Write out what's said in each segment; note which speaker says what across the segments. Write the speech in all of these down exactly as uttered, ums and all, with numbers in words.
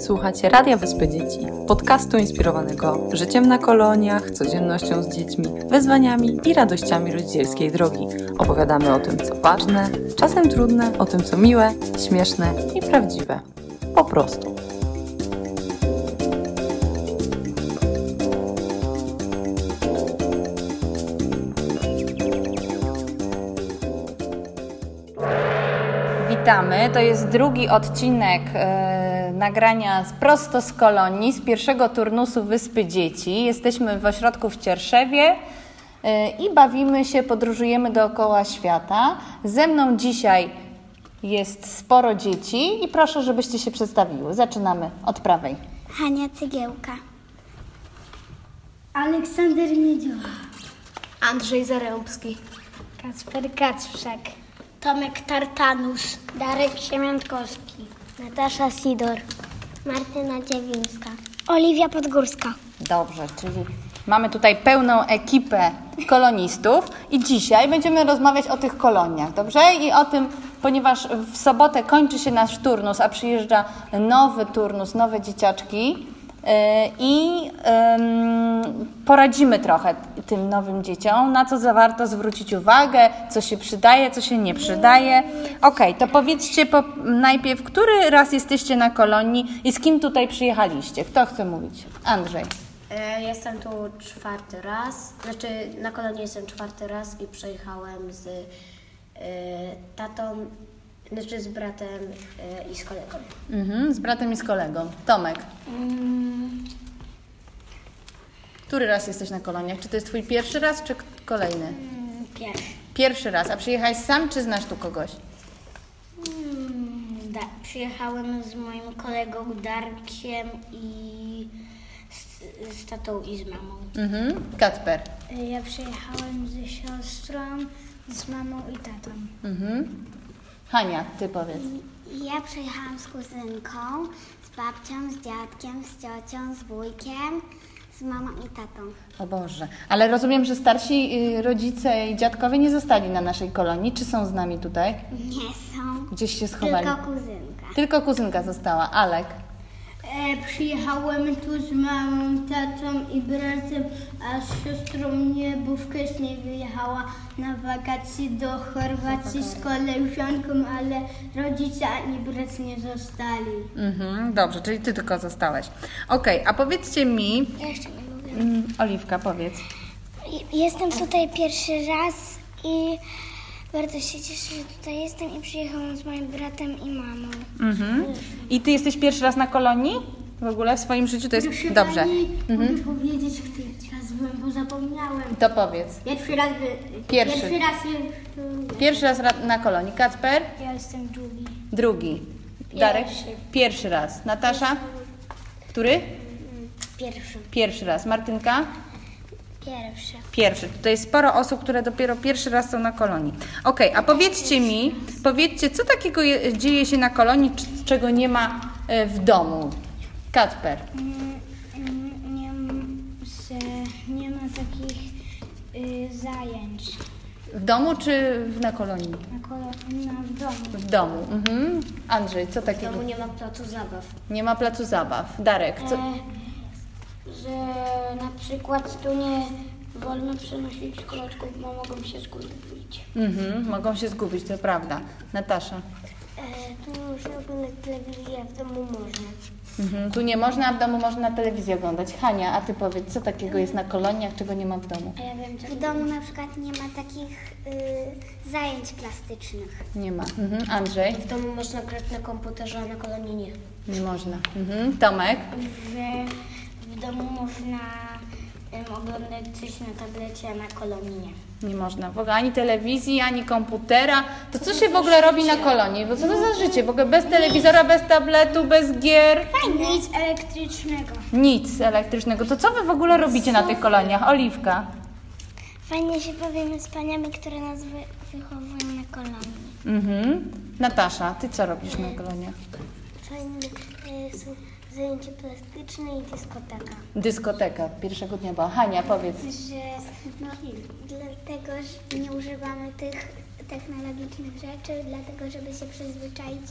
Speaker 1: Słuchacie Radia Wyspy Dzieci, podcastu inspirowanego życiem na koloniach, codziennością z dziećmi, wyzwaniami i radościami rodzicielskiej drogi. Opowiadamy o tym, co ważne, czasem trudne, o tym, co miłe, śmieszne i prawdziwe. Po prostu.
Speaker 2: Witamy. To jest drugi odcinek e, nagrania z, prosto z kolonii, z pierwszego turnusu Wyspy Dzieci. Jesteśmy w ośrodku w Cierszewie e, i bawimy się, podróżujemy dookoła świata. Ze mną dzisiaj jest sporo dzieci i proszę, żebyście się przedstawiły. Zaczynamy od prawej.
Speaker 3: Hania Cygiełka.
Speaker 4: Aleksander Miedzioła.
Speaker 5: Andrzej Zarębski.
Speaker 4: Kacper Kacprzak.
Speaker 3: Tomek Tartanus. Darek Siemiątkowski. Natasza Sidor. Martyna Dziewińska. Oliwia Podgórska.
Speaker 2: Dobrze, czyli mamy tutaj pełną ekipę kolonistów i dzisiaj będziemy rozmawiać o tych koloniach, dobrze? I o tym, ponieważ w sobotę kończy się nasz turnus, a przyjeżdża nowy turnus, nowe dzieciaczki yy, i yy, poradzimy trochę tym nowym dzieciom, na co warto zwrócić uwagę, co się przydaje, co się nie przydaje. Okej, to powiedzcie po, najpierw, który raz jesteście na kolonii i z kim tutaj przyjechaliście? Kto chce mówić? Andrzej.
Speaker 5: E, jestem tu czwarty raz, znaczy na kolonii jestem czwarty raz i przyjechałem z e, tatą, znaczy z bratem e, i z kolegą.
Speaker 2: Mhm, z bratem i z kolegą. Tomek.
Speaker 4: Mm.
Speaker 2: Który raz jesteś na koloniach? Czy to jest twój pierwszy raz, czy kolejny?
Speaker 3: Pierwszy.
Speaker 2: Pierwszy raz. A przyjechałeś sam, czy znasz tu kogoś?
Speaker 3: Mm, da, przyjechałem z moim kolegą Darkiem i z, z tatą i z mamą.
Speaker 2: Mhm. Kacper.
Speaker 4: Ja przyjechałem ze siostrą, z mamą i tatą.
Speaker 2: Mhm. Hania, ty powiedz.
Speaker 3: Ja przyjechałam z kuzynką, z babcią, z dziadkiem, z ciocią, z wujkiem, z mamą i tatą.
Speaker 2: O Boże. Ale rozumiem, że starsi y, rodzice i dziadkowie nie zostali na naszej kolonii. Czy są z nami tutaj?
Speaker 3: Nie są,
Speaker 2: Gdzieś się schowali?
Speaker 3: tylko kuzynka.
Speaker 2: Tylko kuzynka została. Alek.
Speaker 4: E, przyjechałem tu z mamą, tatą i bratem, a z siostrą nie, bo wcześniej wyjechała na wakacje do Chorwacji z koleżanką, ale rodzice ani brat nie zostali.
Speaker 2: Mhm, dobrze, czyli ty tylko zostałeś. Okej, a powiedzcie mi...
Speaker 3: Ja jeszcze nie mówię.
Speaker 2: Mm, Oliwka, powiedz.
Speaker 3: Jestem tutaj pierwszy raz i bardzo się cieszę, że tutaj jestem i przyjechałam z moim bratem i mamą.
Speaker 2: Mhm. I ty jesteś pierwszy raz na kolonii? W ogóle w swoim życiu to jest...
Speaker 4: Proszę
Speaker 2: Dobrze.
Speaker 4: pani,
Speaker 2: Mhm.
Speaker 4: mogę powiedzieć, który raz byłem, bo zapomniałem.
Speaker 2: To powiedz.
Speaker 4: Pierwszy raz, by,
Speaker 2: Pierwszy.
Speaker 4: pierwszy raz jest...
Speaker 2: Pierwszy raz ra- na kolonii. Kacper?
Speaker 4: Ja jestem drugi.
Speaker 2: Drugi. Darek? Pierwszy raz. Natasza? Który?
Speaker 3: Pierwszy.
Speaker 2: Pierwszy raz. Martynka?
Speaker 3: Pierwszy.
Speaker 2: Pierwszy. Tutaj jest sporo osób, które dopiero pierwszy raz są na kolonii. Okej, a powiedzcie mi, powiedzcie, co takiego je, dzieje się na kolonii, c- czego nie ma e, w domu? Kacper.
Speaker 4: Nie, że nie ma takich y, zajęć
Speaker 2: W domu czy w, na kolonii?
Speaker 4: na, kolo, na w domu.
Speaker 2: W domu. Mhm. Andrzej, co
Speaker 5: W
Speaker 2: takiego?
Speaker 5: domu nie ma placu zabaw.
Speaker 2: Nie ma placu zabaw. Darek, co?
Speaker 4: E, że na przykład tu nie wolno przenosić kloczków, bo mogą się zgubić.
Speaker 2: Mhm. Mogą się zgubić, to prawda. Natasza.
Speaker 3: E, tu można oglądać telewizję, a w domu można.
Speaker 2: Mhm. Tu nie można, a w domu można telewizję oglądać. Hania, a ty powiedz, co takiego jest na koloniach, czego nie ma w domu?
Speaker 4: A ja wiem, że
Speaker 3: W domu na przykład nie ma takich y, zajęć plastycznych.
Speaker 2: Nie ma. Mhm. Andrzej?
Speaker 5: W domu można grać na komputerze, a na kolonii nie.
Speaker 2: Nie można. Mhm. Tomek?
Speaker 4: że w domu można em, oglądać coś na tablecie, a na kolonii nie.
Speaker 2: Nie można. W ogóle ani telewizji, ani komputera. To co się w ogóle robi na kolonii? Bo co to za życie? W ogóle bez telewizora, bez tabletu, bez gier?
Speaker 4: Nic elektrycznego.
Speaker 2: Nic elektrycznego. To co wy w ogóle robicie na tych koloniach? Oliwka?
Speaker 3: Fajnie się bawimy z paniami, które nas wy, wychowują na kolonii.
Speaker 2: Mhm. Natasza, ty co robisz na koloniach?
Speaker 3: Fajne y, są zajęcia plastyczne i dyskoteka.
Speaker 2: Dyskoteka pierwszego dnia była. Hania, powiedz.
Speaker 3: Że no, dlatego, że nie używamy tych technologicznych rzeczy, dlatego żeby się przyzwyczaić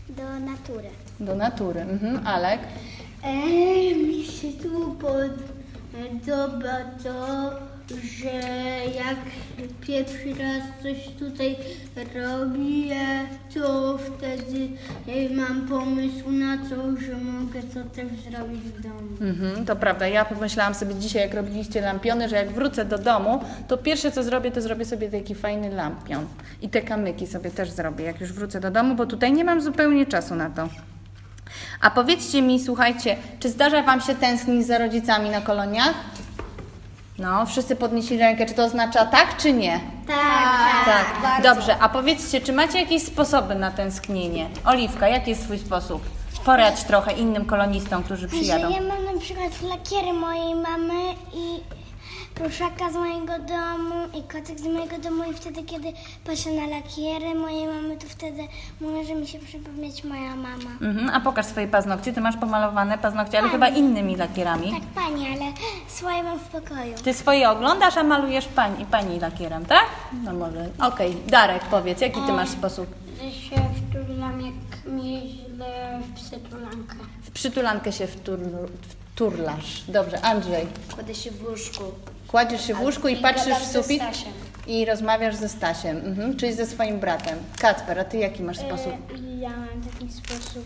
Speaker 3: do natury.
Speaker 2: Do natury. Mhm. Alek?
Speaker 4: E, mi się tu podoba to, że jak pierwszy raz coś tutaj robię, to wtedy e, mam pomysł na to, że mogę to też zrobić w domu.
Speaker 2: Mhm, to prawda. Ja pomyślałam sobie dzisiaj, jak robiliście lampiony, że jak wrócę do domu, to pierwsze co zrobię, to zrobię sobie taki fajny lampion. I te kamyki sobie też zrobię, jak już wrócę do domu, bo tutaj nie mam zupełnie czasu na to. A powiedzcie mi, słuchajcie, czy zdarza Wam się tęsknić za rodzicami na koloniach? No, wszyscy podnieśli rękę. Czy to oznacza tak, czy nie?
Speaker 3: Tak,
Speaker 2: Tak. Dobrze, a powiedzcie, czy macie jakieś sposoby na tęsknienie? Oliwka, jaki jest Twój sposób? Poradź trochę innym kolonistom, którzy przyjadą.
Speaker 3: Że ja mam na przykład lakiery mojej mamy i pluszaka z mojego domu i kocyk z mojego domu i wtedy, kiedy patrzę na lakiery mojej mamy, to wtedy może mi się przypomnieć moja mama.
Speaker 2: Mhm, a pokaż swoje paznokcie. Ty masz pomalowane paznokcie, ale chyba innymi lakierami.
Speaker 3: Tak, pani, ale swoje mam w pokoju.
Speaker 2: Ty swoje oglądasz, a malujesz pani, pani lakierem, tak? No może. Okej, Darek, powiedz, jaki ty masz sposób?
Speaker 4: Że się wtulam, jak mi jest źle w przytulankę.
Speaker 2: W przytulankę się wtur, wturlasz. Dobrze, Andrzej.
Speaker 5: Kładę się w łóżku.
Speaker 2: Kładziesz się w łóżku i,
Speaker 5: I
Speaker 2: patrzysz
Speaker 5: gadam
Speaker 2: w
Speaker 5: ze
Speaker 2: sufit
Speaker 5: Stasiem.
Speaker 2: i rozmawiasz ze Stasiem, mhm, czyli ze swoim bratem. Kacper, a ty jaki masz sposób?
Speaker 3: Ja mam taki sposób,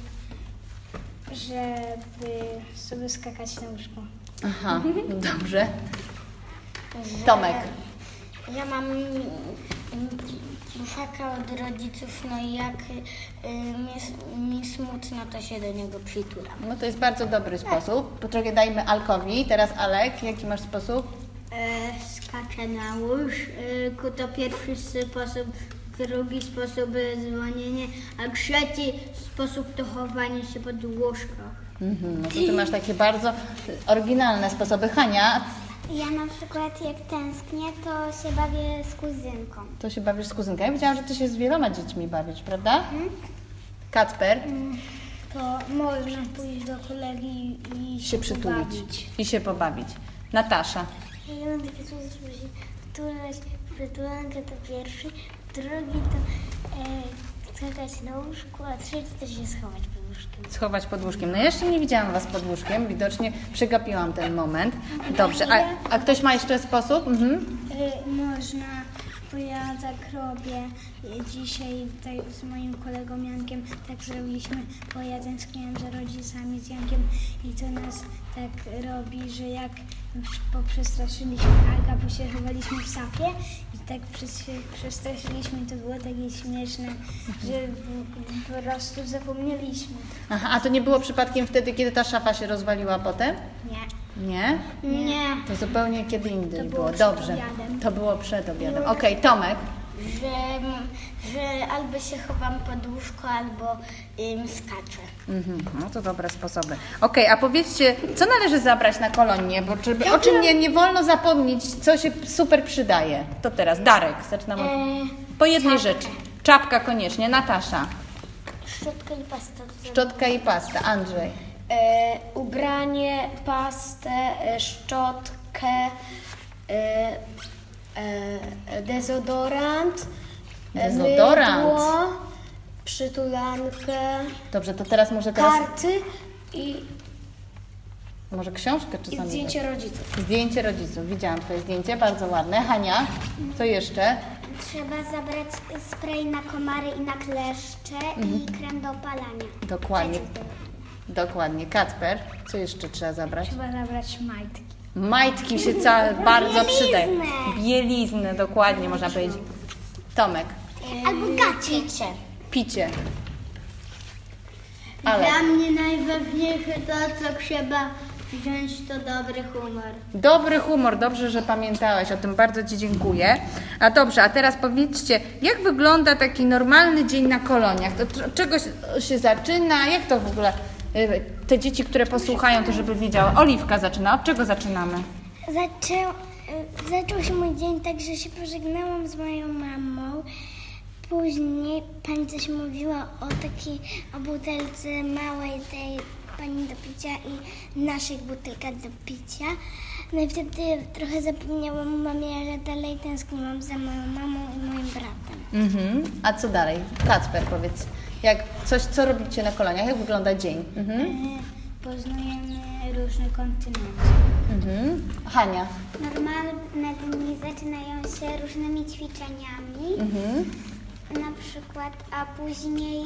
Speaker 3: żeby sobie skakać na łóżku.
Speaker 2: Aha, dobrze. Tomek.
Speaker 3: Ja mam pluszaka od rodziców, no i jak mi, mi smutno, to się do niego przytulam.
Speaker 2: No to jest bardzo dobry sposób. Poczekaj, dajmy Alkowi. Teraz Alek, jaki masz sposób?
Speaker 4: E, skaczę na łóżku, to pierwszy sposób, drugi sposób dzwonienie, a trzeci sposób to chowanie się pod łóżko.
Speaker 2: Mhm, no to ty masz takie bardzo oryginalne sposoby. Hania,
Speaker 3: Ja na przykład jak tęsknię, to się bawię z kuzynką.
Speaker 2: to się bawisz z kuzynką. Ja wiedziałam, że ty się z wieloma dziećmi bawisz, prawda? Kacper,
Speaker 3: To można pójść do kolegi i
Speaker 2: się przytulić i się pobawić. Natasza.
Speaker 3: Ja mam taki sposób, żeby się wtulać w przytulankę, to pierwszy, drugi to e, skakać na łóżku, a trzeci to się schować pod łóżkiem.
Speaker 2: Schować pod łóżkiem. No ja jeszcze nie widziałam was pod łóżkiem, widocznie przegapiłam ten moment. Dobrze, a, a ktoś ma jeszcze sposób? Mhm.
Speaker 3: Można, bo ja tak robię. Dzisiaj tutaj z moim kolegą Jankiem tak zrobiliśmy, bo ja tęskniłam za rodzicami z Jankiem i to nas tak robi, że jak poprzestraszyliśmy Aga, bo się chowaliśmy w szafie i tak przestraszyliśmy, to było takie śmieszne, że po prostu zapomnieliśmy.
Speaker 2: Aha, a to nie było przypadkiem wtedy, kiedy ta szafa się rozwaliła potem?
Speaker 3: Nie.
Speaker 2: Nie?
Speaker 3: Nie.
Speaker 2: To zupełnie kiedy indziej
Speaker 3: To
Speaker 2: było.
Speaker 3: było przed
Speaker 2: Dobrze.
Speaker 3: obiadem.
Speaker 2: To było przed obiadem. Okej, Tomek.
Speaker 3: Że, że albo się chowam pod łóżko, albo ym, skaczę.
Speaker 2: Mhm, no to dobre sposoby. Okej, a powiedzcie, co należy zabrać na kolonię? Bo czy, o czym nie, nie wolno zapomnieć, co się super przydaje? To teraz Darek, zaczynamy. od- Po jednej rzeczy. Czapka koniecznie. Natasza.
Speaker 3: Szczotka i pasta.
Speaker 2: Szczotka i pasta. Andrzej.
Speaker 5: E, ubranie, pastę, e, szczotkę, e, e, dezodorant, e,
Speaker 2: Dezodorant.
Speaker 5: mydło, przytulankę,
Speaker 2: Dobrze, to teraz może teraz...
Speaker 5: karty i,
Speaker 2: Może książkę
Speaker 5: i
Speaker 2: czasami.
Speaker 5: zdjęcie rodziców.
Speaker 2: Zdjęcie rodziców. Widziałam twoje zdjęcie, bardzo ładne. Hania, co jeszcze?
Speaker 3: Trzeba zabrać spray na komary i na kleszcze i krem do opalania.
Speaker 2: Dokładnie. Dokładnie. Kacper, co jeszcze trzeba zabrać?
Speaker 3: Trzeba zabrać majtki.
Speaker 2: Majtki się ca- bardzo
Speaker 3: Bieliznę.
Speaker 2: przydają. Bieliznę, dokładnie można powiedzieć. Tomek,
Speaker 3: Albo gacie.
Speaker 2: picie. Ale
Speaker 4: Dla mnie najważniejsze to, co trzeba wziąć, to dobry humor.
Speaker 2: dobry humor, dobrze, że pamiętałeś, o tym bardzo Ci dziękuję. A dobrze, a teraz powiedzcie, jak wygląda taki normalny dzień na koloniach? To od czego się- się zaczyna? Jak to w ogóle, y, te dzieci, które posłuchają, to żeby wiedziały. Oliwka zaczyna, od czego zaczynamy?
Speaker 3: Zaczę, zaczął się mój dzień tak, że się pożegnałam z moją mamą. Później pani coś mówiła o takiej o butelce małej tej pani do picia i naszych butelkach do picia. No i wtedy trochę zapomniałam mamie, że dalej tęskniłam za moją mamą i moim bratem.
Speaker 2: Mhm. A co dalej? Kacper, powiedz. Jak coś, co robicie na koloniach? Jak wygląda dzień? Mhm.
Speaker 3: E, Poznajemy różne kontynenty.
Speaker 2: Mhm. Hania.
Speaker 3: Normalne dni zaczynają się różnymi ćwiczeniami,
Speaker 2: Mhm.
Speaker 3: na przykład, a później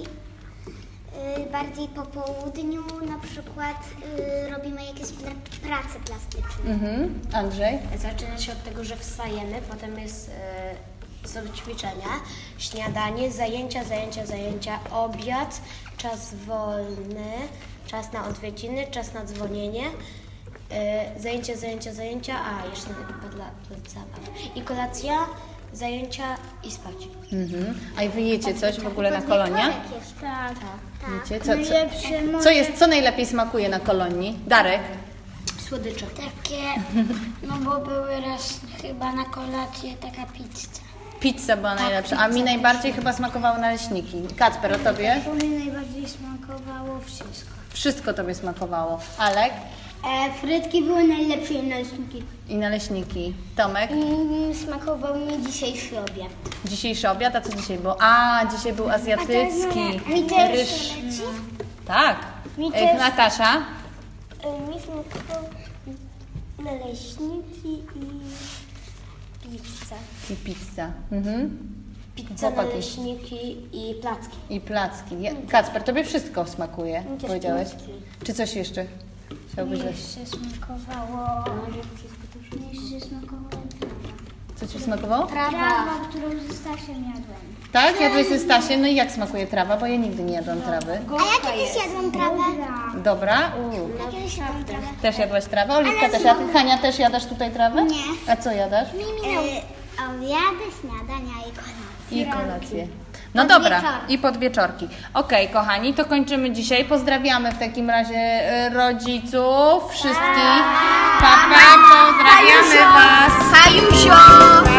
Speaker 3: y, bardziej po południu na przykład y, robimy jakieś pla- prace plastyczne.
Speaker 2: Mhm. Andrzej.
Speaker 5: Zaczyna się od tego, że wstajemy, potem jest, e, są ćwiczenia, śniadanie, zajęcia, zajęcia, zajęcia, obiad, czas wolny, czas na odwiedziny, czas na dzwonienie, e, zajęcia, zajęcia, zajęcia, a jeszcze chyba dla, dla zabaw. I kolacja, zajęcia i spać.
Speaker 2: Mhm. A wy jecie coś w ogóle na koloniach?
Speaker 3: Tak,
Speaker 2: Wiecie? Co, co, co, jest, co najlepiej smakuje na kolonii? Darek?
Speaker 5: Słodycze.
Speaker 3: Takie, no bo były raz chyba na kolację taka pizza.
Speaker 2: Pizza była najlepsza, a mi najbardziej chyba smakowały naleśniki. Kacper, a tobie?
Speaker 3: Mi najbardziej smakowało wszystko.
Speaker 2: Wszystko tobie smakowało. Alek?
Speaker 4: E, frytki były najlepsze i naleśniki.
Speaker 2: I naleśniki. Tomek?
Speaker 3: Mm, smakował mi dzisiejszy obiad.
Speaker 2: Dzisiejszy obiad, a co dzisiaj było? A, dzisiaj był azjatycki.
Speaker 3: Mi też
Speaker 2: Ryż.
Speaker 3: leci.
Speaker 2: Tak.
Speaker 3: Mi
Speaker 2: E,
Speaker 3: też.
Speaker 2: Natasza?
Speaker 3: Mi smakował naleśniki i pizza.
Speaker 2: I pizza. Mhm.
Speaker 5: Pizza,
Speaker 2: Chłopaki.
Speaker 5: naleśniki i placki.
Speaker 2: I placki. Ja- Kacper, tobie wszystko smakuje,
Speaker 3: też
Speaker 2: powiedziałeś?
Speaker 3: placki.
Speaker 2: Czy coś jeszcze chciałbyś
Speaker 3: Mi
Speaker 2: dać?
Speaker 3: jeszcze smakowało... Mi jeszcze smakowało trawa.
Speaker 2: Co ci smakowało?
Speaker 3: Trawa, którą ze Stasiem jadłem.
Speaker 2: Tak? Jadłeś ze Stasiem? No i jak smakuje trawa? Bo ja nigdy nie jadłam trawy.
Speaker 3: A ja kiedyś jadłam trawę.
Speaker 2: Dobra? Uuu.
Speaker 3: Ja kiedyś jadłam trawę.
Speaker 2: Też jadłaś trawę? Oliwka też jadła? Hania, też jadasz tutaj trawę?
Speaker 3: Nie.
Speaker 2: A co jadasz?
Speaker 3: Obiady, śniadania i kolacje.
Speaker 2: I kolację. No dobra, i podwieczorki. Okej, kochani, to kończymy dzisiaj. Pozdrawiamy w takim razie e, rodziców, wszystkich. Pa, pa, pozdrawiamy Was.
Speaker 3: Hajusio!